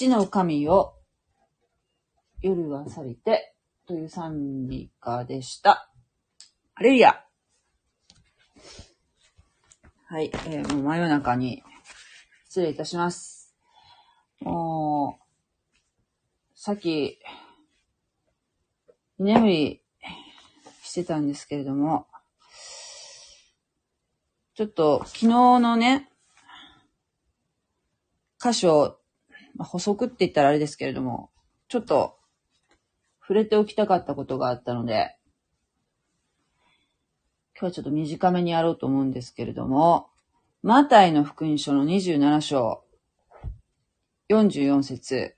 父の神を夜は去りてという賛美歌でした。ハレルヤ。はい、もう真夜中に失礼いたします。もう、さっき、居眠りしてたんですけれども、ちょっと昨日のね、箇所、補足って言ったらあれですけれども、ちょっと触れておきたかったことがあったので、今日はちょっと短めにやろうと思うんですけれども、マタイの福音書の27章、44節、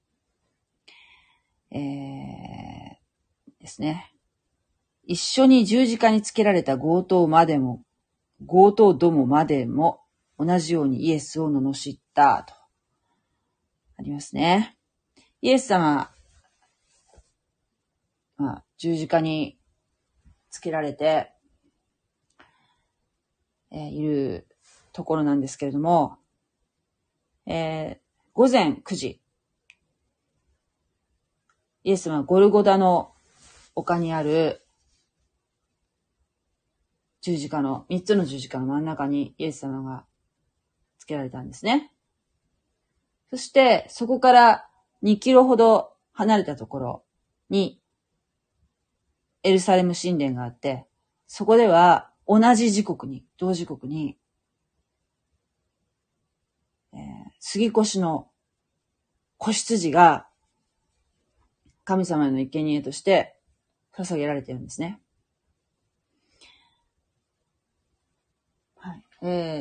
ですね。一緒に十字架につけられた強盗どもまでも同じようにイエスを罵ったとありますね。イエス様、十字架につけられて、いるところなんですけれども、午前9時、イエス様はゴルゴダの丘にある十字架の、3つの十字架の真ん中にイエス様がつけられたんですね。そしてそこから2キロほど離れたところにエルサレム神殿があって、そこでは同時刻に杉越の子羊が神様への生贄として捧げられているんですね。はい。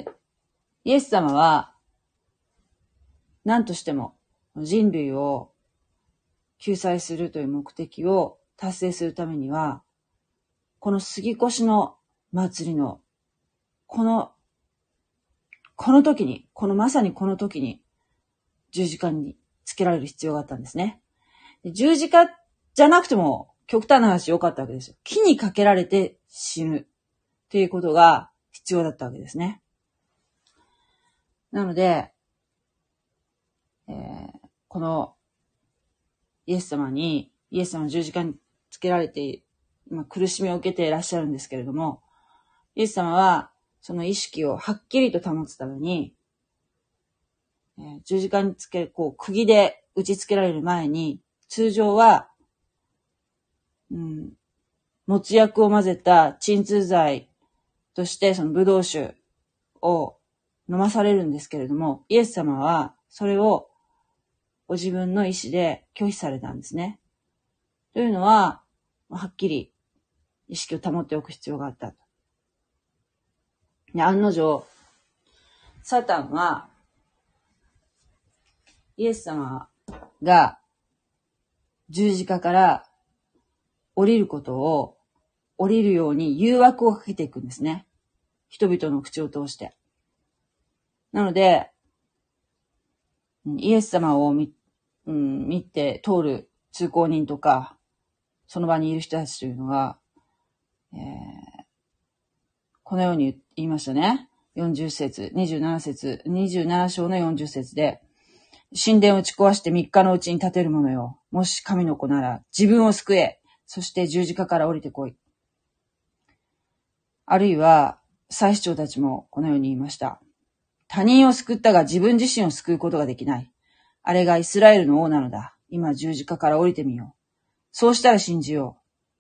イエス様は何としても人類を救済するという目的を達成するためには、この杉越の祭りのまさにこの時に十字架につけられる必要があったんですね。十字架じゃなくても極端な話良かったわけですよ。木にかけられて死ぬっていうことが必要だったわけですね。なので、このイエス様の十字架につけられて、苦しみを受けていらっしゃるんですけれども、イエス様はその意識をはっきりと保つために、十字架につけ、釘で打ち付けられる前に、通常は、もつ薬を混ぜた鎮痛剤としてそのブドウ酒を飲まされるんですけれども、イエス様はそれをご自分の意思で拒否されたんですね。というのは、はっきり意識を保っておく必要があったと。で、案の定、サタンは、イエス様が十字架から降りるように誘惑をかけていくんですね。人々の口を通して。なので、イエス様を見て通る通行人とか、その場にいる人たちというのが、このように言いましたね。27章の40節で、神殿を打ち壊して3日のうちに建てる者よ。もし神の子なら自分を救え。そして十字架から降りてこい。あるいは、祭司長たちもこのように言いました。他人を救ったが自分自身を救うことができない。あれがイスラエルの王なのだ。今十字架から降りてみよう。そうしたら信じよう。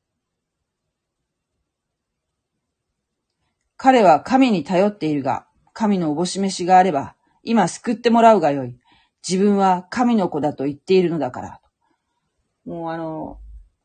彼は神に頼っているが、神のおぼし召があれば、今救ってもらうがよい。自分は神の子だと言っているのだから。も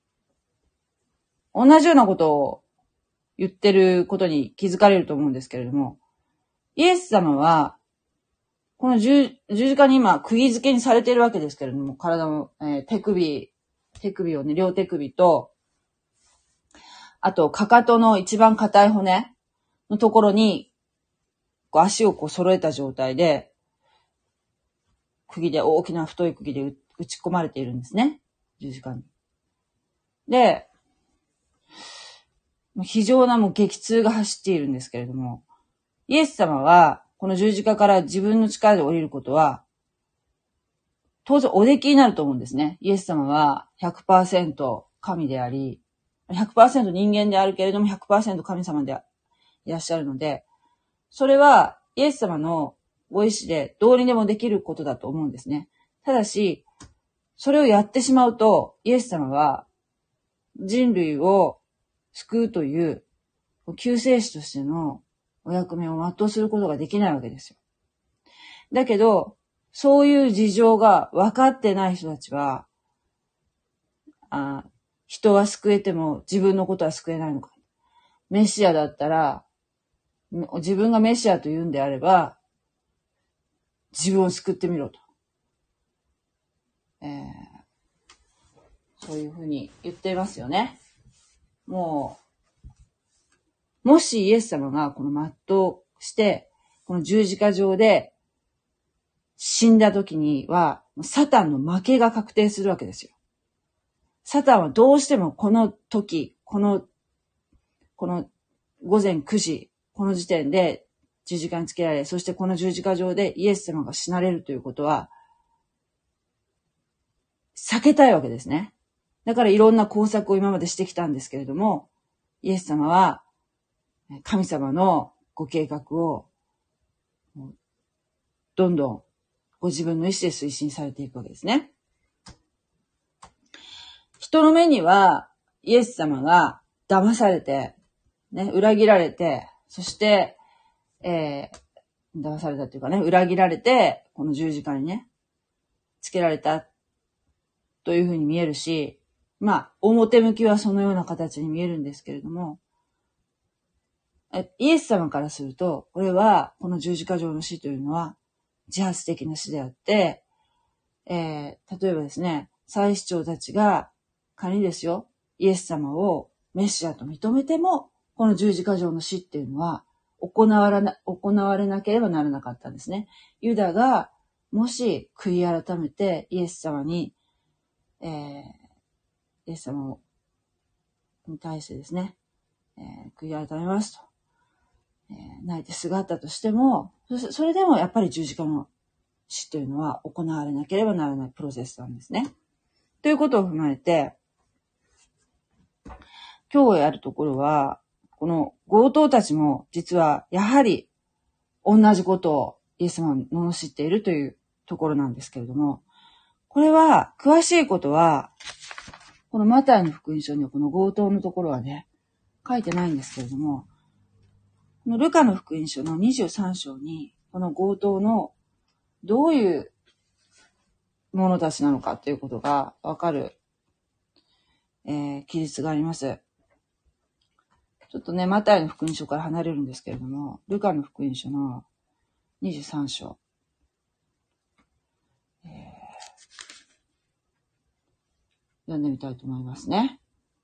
う同じようなことを言ってることに気づかれると思うんですけれども、イエス様は、この十字架に今、釘付けにされているわけですけれども、体の、手首をね、両手首と、あと、かかとの一番硬い骨のところに、足を揃えた状態で、大きな太い釘で打ち込まれているんですね。十字架に。で、非常な激痛が走っているんですけれども、イエス様は、この十字架から自分の力で降りることは、 当然おできになると思うんですね。イエス様は 100% 神であり、100% 人間であるけれども 100% 神様でいらっしゃるので、それはイエス様のご意志でどうにでもできることだと思うんですね。ただし、それをやってしまうと、イエス様は人類を救うという救世主としてのお役目を全うすることができないわけですよ。だけど、そういう事情が分かってない人たちは、人は救えても自分のことは救えないのか。メシアだったら、自分がメシアと言うんであれば、自分を救ってみろと。そういうふうに言っていますよね。もしイエス様がこの全うして、この十字架上で死んだ時には、サタンの負けが確定するわけですよ。サタンはどうしてもこの時、この午前9時、この時点で十字架につけられ、そしてこの十字架上でイエス様が死なれるということは、避けたいわけですね。だからいろんな工作を今までしてきたんですけれども、イエス様は神様のご計画をどんどんご自分の意思で推進されていくわけですね。人の目にはイエス様が騙されて、裏切られて、そして、騙されたというかね、裏切られて、この十字架にね、つけられたというふうに見えるし、表向きはそのような形に見えるんですけれども、イエス様からすると、これは、この十字架上の死というのは、自発的な死であって、例えばですね、祭司長たちが、仮にですよ、イエス様をメシアと認めても、この十字架上の死っていうのは、行われなければならなかったんですね。ユダが、もし悔い改めてイエス様に、イエス様に対してですね、悔い改めますと、泣いてすがったとしても、それでもやっぱり十字架の死というのは行われなければならないプロセスなんですね。ということを踏まえて、今日やるところは、この強盗たちも実はやはり同じことをイエス様を罵っているというところなんですけれども、これは詳しいことは、このマタイの福音書にはこの強盗のところはね、書いてないんですけれども、このルカの福音書の23章に、この強盗のどういう者たちなのかということがわかる、記述があります。ちょっとね、マタイの福音書から離れるんですけれども、ルカの福音書の23章。読んでみたいと思いますね。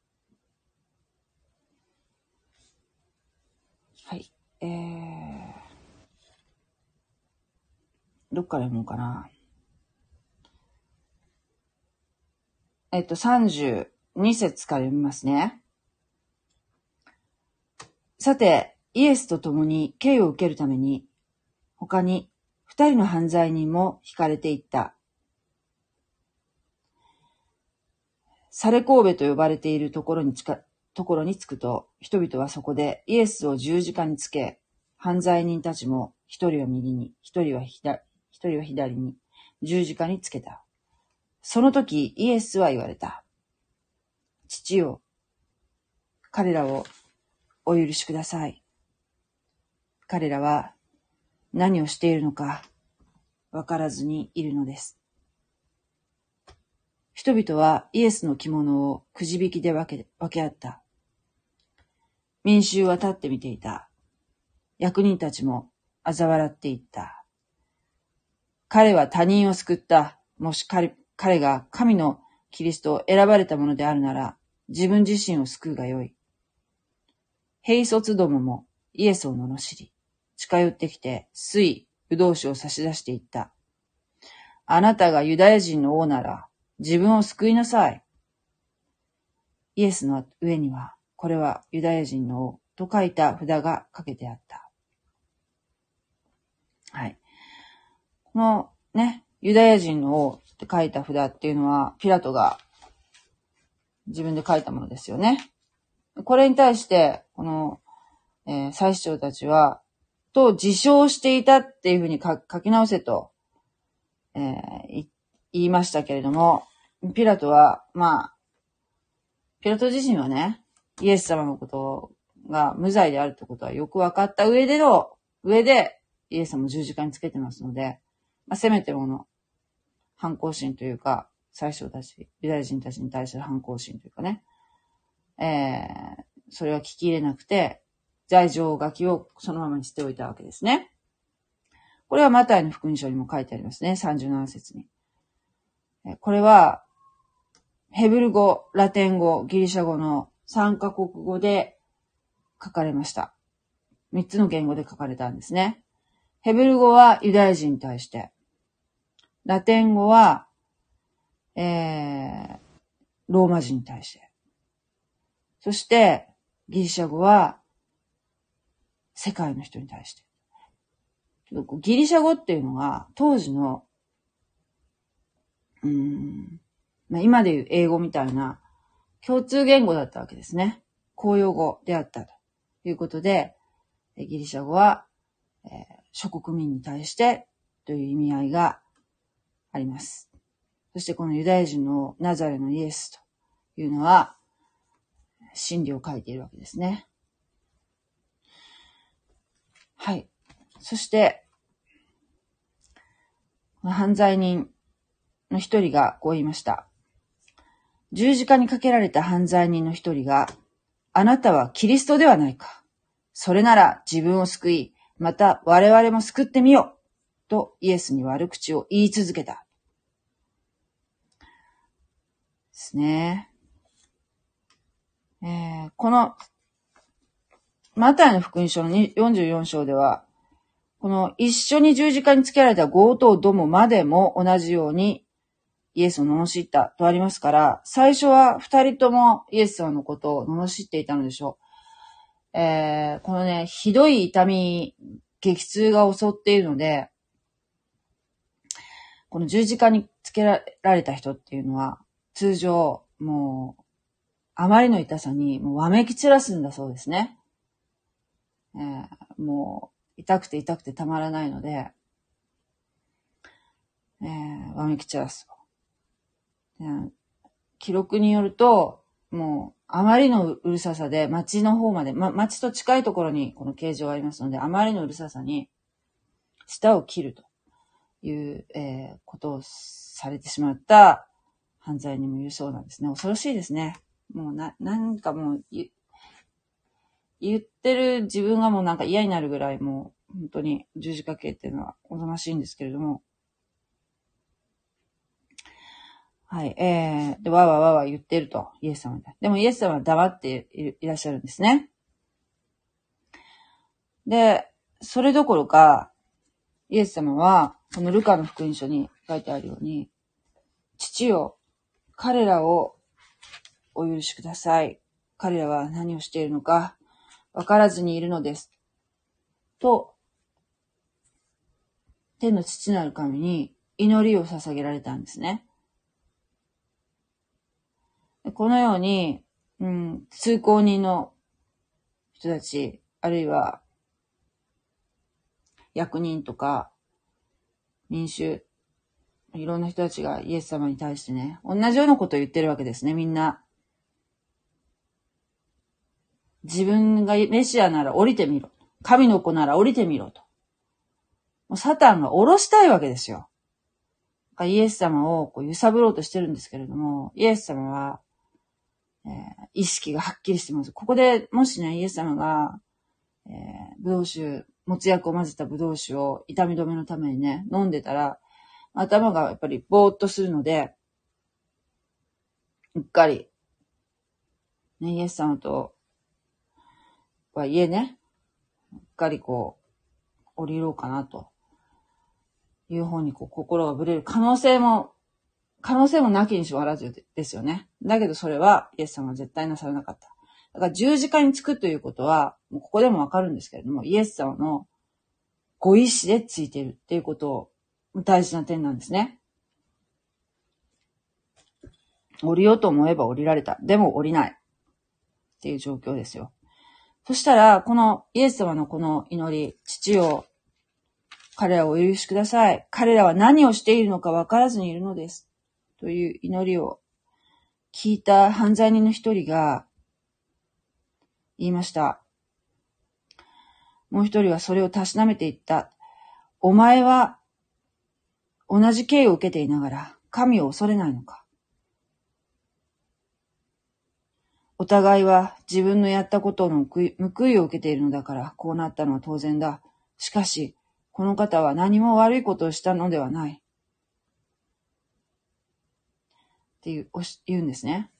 はい。どっから読もうかな。32節から読みますね。さて、イエスと共に刑を受けるために、他に2人の犯罪人も引かれていった。サレコーベと呼ばれているところに着くと、人々はそこでイエスを十字架につけ、犯罪人たちも一人は右に、一人は左に十字架につけた。その時イエスは言われた。父よ、彼らをお許しください。彼らは何をしているのかわからずにいるのです。人々はイエスの着物をくじ引きで分け合った。民衆は立って見ていた。役人たちも嘲笑っていった。彼は他人を救った。もし彼が神のキリストを選ばれたものであるなら、自分自身を救うがよい。兵卒どももイエスを罵り、近寄ってきて水、葡萄酒を差し出していった。あなたがユダヤ人の王なら、自分を救いなさい。イエスの上には、これはユダヤ人の王と書いた札がかけてあった。はい。このね、ユダヤ人の王って書いた札っていうのは、ピラトが自分で書いたものですよね。これに対して、この、祭司長たちは、と自称していたっていうふうに書き直せと、言いましたけれども、ピラトは、ピラト自身はね、イエス様のことが無罪であるってことはよく分かった上で、イエス様を十字架につけてますので、せめてもの反抗心というか、祭司長たち、ユダヤ人たちに対する反抗心というかね、それは聞き入れなくて、罪状書きをそのままにしておいたわけですね。これはマタイの福音書にも書いてありますね、37節に。これは、ヘブル語、ラテン語、ギリシャ語の3カ国語で書かれました。3つの言語で書かれたんですね。ヘブル語はユダヤ人に対して、ラテン語は、ローマ人に対して、そしてギリシャ語は世界の人に対して。ギリシャ語っていうのが当時の、今でいう英語みたいな共通言語だったわけですね。公用語であったということで、ギリシャ語は、諸国民に対してという意味合いがあります。そしてこのユダヤ人のナザレのイエスというのは真理を書いているわけですね。はい。そして、犯罪人の一人がこう言いました。十字架にかけられた犯罪人の一人が、あなたはキリストではないか。それなら自分を救い、また我々も救ってみよう。とイエスに悪口を言い続けた。ですね。この、マタイの福音書の44章では、この一緒に十字架につけられた強盗どもまでも同じようにイエスを罵ったとありますから、最初は二人ともイエス様のことを罵っていたのでしょう。このね、ひどい痛み、激痛が襲っているので、この十字架につけられた人っていうのは、通常、もう、あまりの痛さに、もうわめき散らすんだそうですね。もう、痛くてたまらないので、わめき散らす。記録によると、もう、あまりのうるささで、町の方まで、町と近いところにこの形状がありますので、あまりのうるささに、舌を切るという、ことをされてしまった犯罪にも言うそうなんですね。恐ろしいですね。もうなんかもう、言ってる自分がもうなんか嫌になるぐらいもう、本当に十字架刑っていうのはおぞましいんですけれども、はい。で、わわ言ってると、イエス様で。でもイエス様は黙っていらっしゃるんですね。で、それどころか、イエス様は、このルカの福音書に書いてあるように、父よ、彼らをお許しください。彼らは何をしているのか、わからずにいるのです。と、天の父なる神に祈りを捧げられたんですね。このように、通行人の人たち、あるいは役人とか民衆、いろんな人たちがイエス様に対してね、同じようなことを言ってるわけですね、みんな。自分がメシアなら降りてみろ。神の子なら降りてみろと。もうサタンが降ろしたいわけですよ。イエス様を揺さぶろうとしてるんですけれども、イエス様は、意識がはっきりしてます。ここでもしね、イエス様が、ブドウ酒、もつ薬を混ぜたブドウ酒を痛み止めのためにね、飲んでたら、頭がやっぱりぼーっとするので、うっかり、ね、イエス様とはいえね、うっかり降りようかなという方に心がぶれる可能性もなきにしもあらずですよね。だけどそれはイエス様は絶対なさらなかった。だから十字架につくということは、もうここでもわかるんですけれども、イエス様のご意志でついているっていうことを大事な点なんですね。 降りようと思えば降りられた。でも降りない。っていう状況ですよ。そしたら、このイエス様のこの祈り、父よ、彼らをお許しください。彼らは何をしているのか分からずにいるのです。という祈りを聞いた犯罪人の一人が言いました。もう一人はそれをたしなめていった。お前は同じ刑を受けていながら神を恐れないのか。お互いは自分のやったことの報いを受けているのだからこうなったのは当然だ。しかし、この方は何も悪いことをしたのではない。って言うんですね。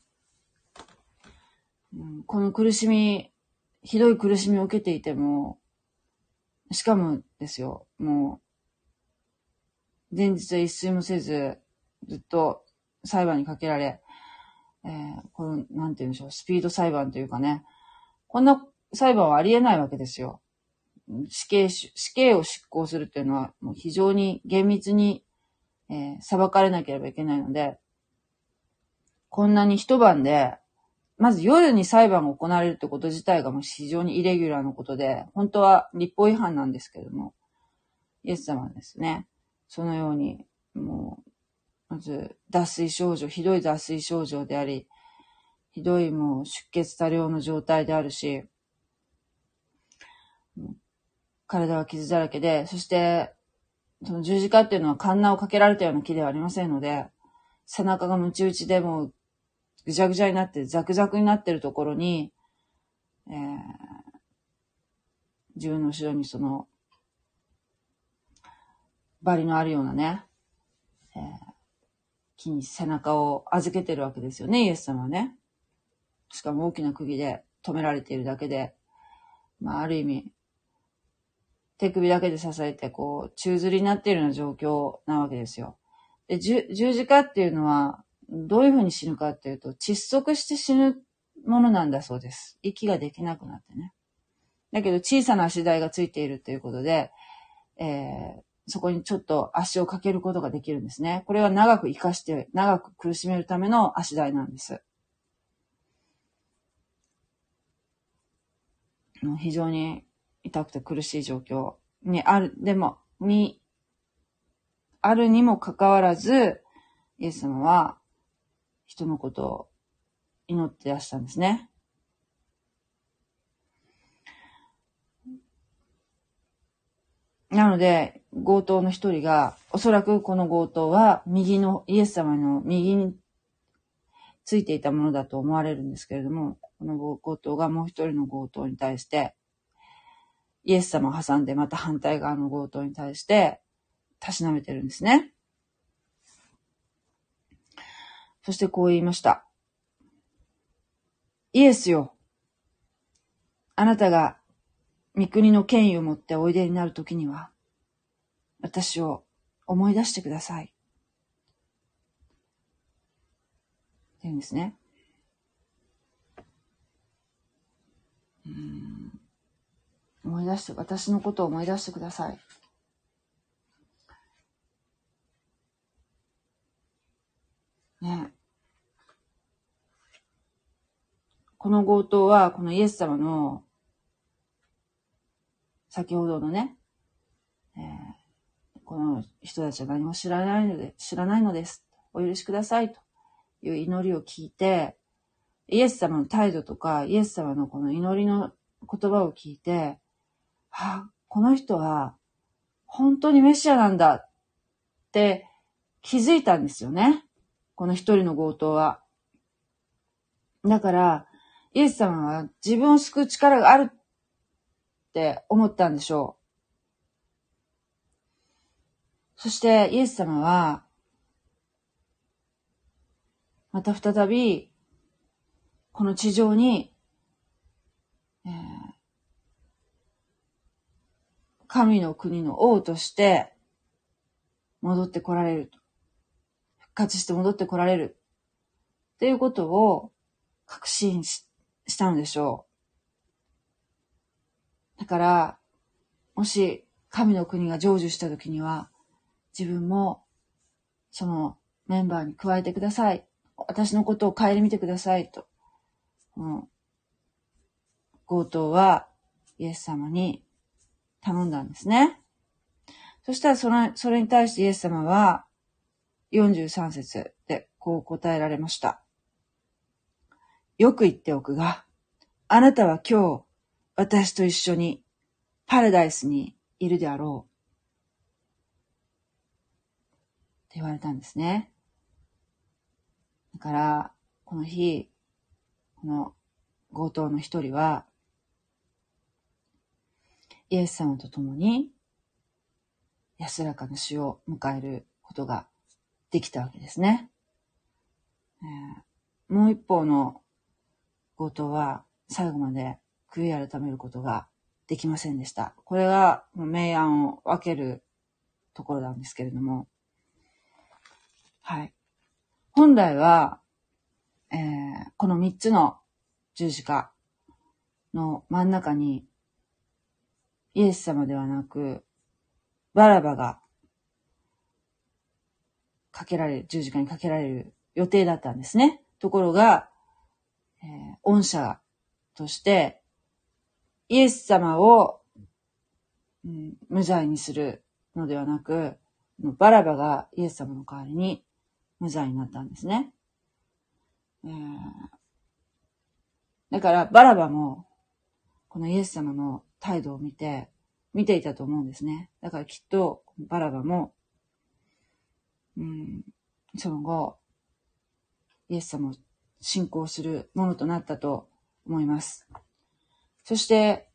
この苦しみ、ひどい苦しみを受けていても、しかもですよ、もう、前日は一睡もせず、ずっと裁判にかけられ、この、なんて言うんでしょう、スピード裁判というかね、こんな裁判はありえないわけですよ。死刑を執行するっていうのは、もう非常に厳密に、裁かれなければいけないので、こんなに一晩で、まず夜に裁判が行われるってこと自体がもう非常にイレギュラーなことで、本当は立法違反なんですけれども、イエス様はですね、そのように、もう、まずひどい脱水症状であり、ひどいもう出血多量の状態であるし、体は傷だらけで、そして、その十字架っていうのはカンナをかけられたような木ではありませんので、背中がムチ打ちでもうぐちゃぐちゃになって、ザクザクになってるところに、自分の後ろにその、針のあるようなね、木に背中を預けてるわけですよね、イエス様はね。しかも大きな釘で止められているだけで、まあある意味、手首だけで支えて、こう、宙吊りになっているような状況なわけですよ。で、十字架っていうのは、どういうふうに死ぬかっていうと、窒息して死ぬものなんだそうです。息ができなくなってね。だけど小さな足台がついているということで、そこにちょっと足をかけることができるんですね。これは長く長く苦しめるための足台なんです。非常に痛くて苦しい状況にあるにもかかわらず、イエス様は人のことを祈ってらしたんですね。なので、強盗の一人が、おそらくこの強盗はイエス様の右についていたものだと思われるんですけれども、この強盗がもう一人の強盗に対して、イエス様を挟んでまた反対側の強盗に対して、たしなめてるんですね。そしてこう言いました。イエスよ、あなたが御国の権威を持っておいでになるときには、私を思い出してください。って言うんですね。私のことを思い出してください。ね。この強盗は、このイエス様の、先ほどのね、この人たちは何も知らないのです。お許しくださいという祈りを聞いて、イエス様の態度とか、イエス様のこの祈りの言葉を聞いて、この人は本当にメシアなんだって気づいたんですよね。この一人の強盗は。だから、イエス様は自分を救う力があるって思ったんでしょう。そしてイエス様は、また再び、この地上に、神の国の王として戻って来られると。復活して戻って来られる。っていうことを確信したのでしょう。だから、もし神の国が成就した時には、自分もそのメンバーに加えてください。 私のことを顧みてくださいと。強盗はイエス様に頼んだんですね。そしたらそれに対してイエス様は43節でこう答えられました。よく言っておくが、あなたは今日私と一緒にパラダイスにいるであろう。って言われたんですね。だから、この日、この強盗の一人は、イエス様と共に安らかな死を迎えることができたわけですね。もう一方の強盗は最後まで悔い改めることができませんでした。これが明暗を分けるところなんですけれども、はい。本来は、この3つの十字架の真ん中にイエス様ではなくバラバが十字架にかけられる予定だったんですね。ところが、恩赦としてイエス様を、無罪にするのではなく、バラバがイエス様の代わりに無罪になったんですね。だからバラバもこのイエス様の態度を見ていたと思うんですね。だからきっとバラバも、その後イエス様を信仰するものとなったと思います。そして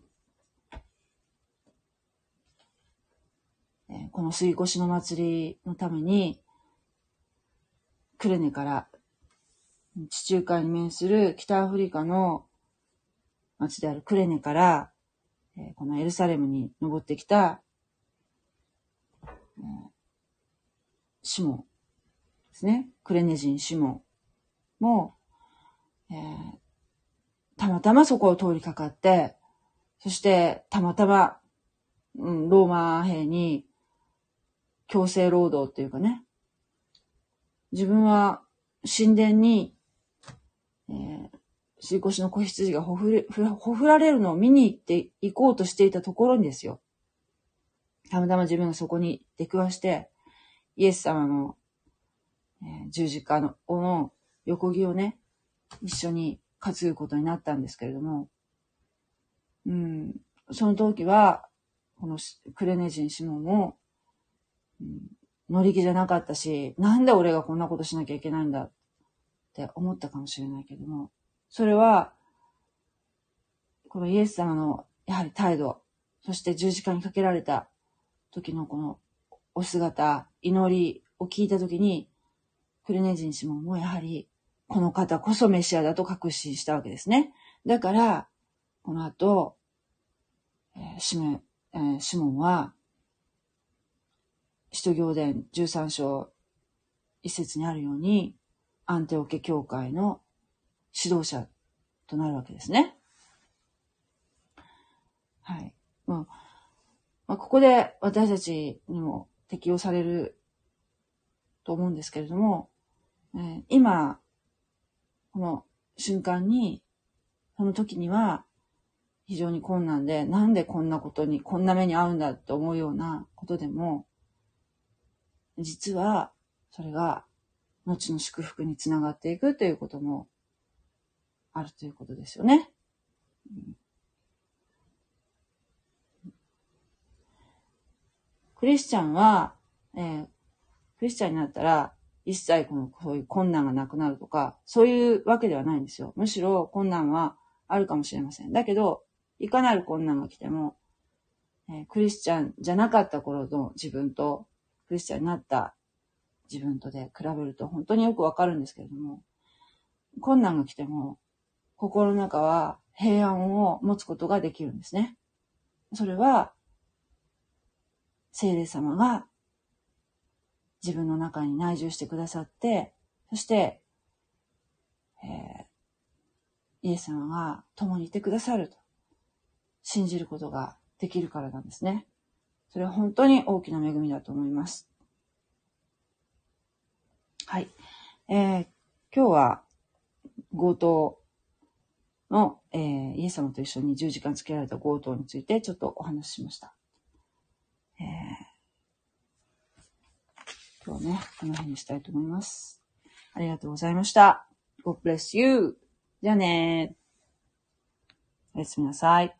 この杉越の祭りのためにクレネから地中海に面する北アフリカの町であるクレネからこのエルサレムに登ってきたシモンですね。クレネ人シモンも、たまたまそこを通りかかって、そしてたまたま、ローマ兵に強制労働っていうかね、自分は神殿に、杉越の子羊がほふられるのを見に行こうとしていたところにですよ。たまたま自分がそこに出くわして、イエス様の、十字架の横木をね、一緒に担ぐことになったんですけれども、その時は、このクレネ人シモンも、乗り気じゃなかったし、なんで俺がこんなことしなきゃいけないんだって思ったかもしれないけども、それは、このイエス様のやはり態度、そして十字架にかけられた時のこのお姿、祈りを聞いた時に、クレネジンシモンもやはりこの方こそメシアだと確信したわけですね。だから、この後、シモンは、使徒行伝13章1節にあるように、アンテオケ教会の指導者となるわけですね。はい。ここで私たちにも適用されると思うんですけれども、今、この瞬間に、その時には非常に困難で、なんでこんなことに、こんな目に遭うんだって思うようなことでも、実はそれが後の祝福につながっていくということもあるということですよね。クリスチャンは、クリスチャンになったら一切そういう困難がなくなるとか、そういうわけではないんですよ。むしろ困難はあるかもしれません。だけど、いかなる困難が来ても、クリスチャンじゃなかった頃の自分と、クリスチャンになった自分とで比べると本当によくわかるんですけれども、困難が来ても、心の中は平安を持つことができるんですね。それは、聖霊様が自分の中に内住してくださって、そして、イエス様が共にいてくださると信じることができるからなんですね。それは本当に大きな恵みだと思います。はい。 今日は強盗の、イエス様と一緒に十字架につけられた強盗についてちょっとお話ししました。今日はね、この辺にしたいと思います。ありがとうございました。God bless you. じゃあねー。おやすみなさい。